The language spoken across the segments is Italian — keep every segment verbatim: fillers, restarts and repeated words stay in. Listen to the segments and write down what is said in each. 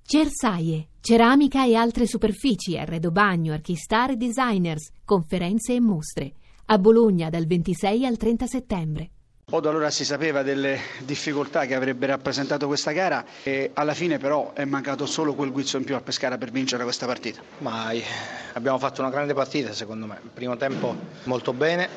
Cersaie, ceramica e altre superfici, arredo bagno, archistar e designers, conferenze e mostre. A Bologna dal ventisei al trenta settembre. Odo allora si sapeva delle difficoltà che avrebbe rappresentato questa gara e alla fine però è mancato solo quel guizzo in più a Pescara per vincere questa partita. Mai. Abbiamo fatto una grande partita secondo me, il primo tempo molto bene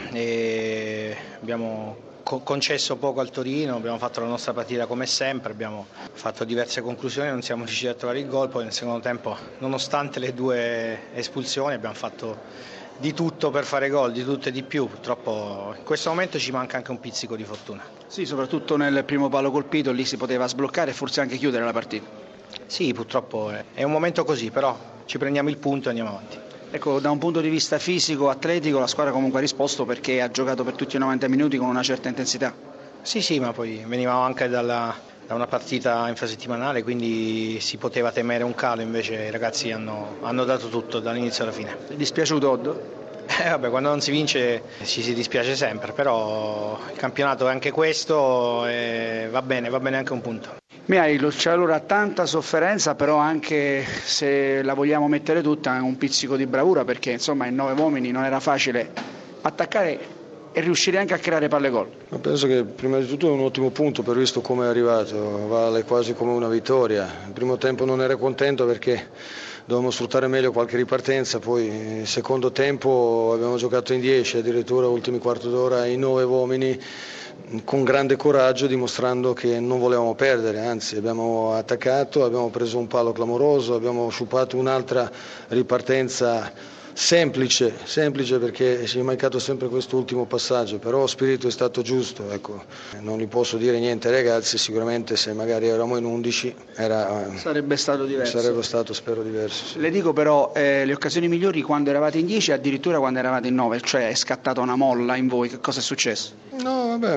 e abbiamo concesso poco al Torino, abbiamo fatto la nostra partita come sempre, abbiamo fatto diverse conclusioni, non siamo riusciti a trovare il gol, poi nel secondo tempo nonostante le due espulsioni abbiamo fatto di tutto per fare gol, di tutto e di più, purtroppo in questo momento ci manca anche un pizzico di fortuna. Sì, soprattutto nel primo palo colpito, lì si poteva sbloccare e forse anche chiudere la partita. Sì, purtroppo è un momento così, però ci prendiamo il punto e andiamo avanti. Ecco, da un punto di vista fisico, atletico, la squadra comunque ha risposto perché ha giocato per tutti i novanta minuti con una certa intensità. Sì, sì, ma poi venivamo anche dalla, da una partita infrasettimanale, quindi si poteva temere un calo, invece i ragazzi hanno, hanno dato tutto dall'inizio alla fine. È dispiaciuto Oddo? Eh, vabbè, quando non si vince ci si dispiace sempre, però il campionato è anche questo e va bene, va bene anche un punto. Mihailo, c'è allora tanta sofferenza, però anche se la vogliamo mettere tutta un pizzico di bravura, perché insomma in nove uomini non era facile attaccare e riuscire anche a creare palle gol. Ma penso che prima di tutto è un ottimo punto per visto come è arrivato, vale quasi come una vittoria. Il primo tempo non ero contento perché dovevamo sfruttare meglio qualche ripartenza, poi il secondo tempo abbiamo giocato in dieci, addirittura ultimi quarto d'ora in nove uomini, con grande coraggio, dimostrando che non volevamo perdere, anzi abbiamo attaccato, abbiamo preso un palo clamoroso, abbiamo sciupato un'altra ripartenza semplice, semplice perché ci è mancato sempre quest'ultimo passaggio, però lo spirito è stato giusto, ecco. Non gli posso dire niente ai ragazzi, sicuramente se magari eravamo in undici era, sarebbe stato diverso. Sarebbe stato spero diverso. Sì. Le dico però eh, le occasioni migliori quando eravate in dieci, addirittura quando eravate in nove, cioè è scattata una molla in voi, che cosa è successo? No, vabbè,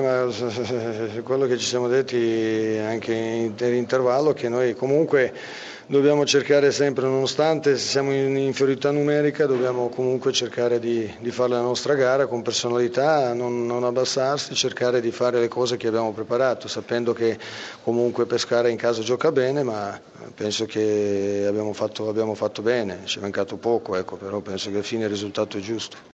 ma quello che ci siamo detti anche in intervallo che noi comunque dobbiamo cercare sempre, nonostante siamo in inferiorità numerica, dobbiamo comunque cercare di, di fare la nostra gara con personalità, non, non abbassarsi, cercare di fare le cose che abbiamo preparato, sapendo che comunque Pescara in casa gioca bene, ma penso che abbiamo fatto, abbiamo fatto bene, ci è mancato poco, ecco, però penso che alla fine il risultato è giusto.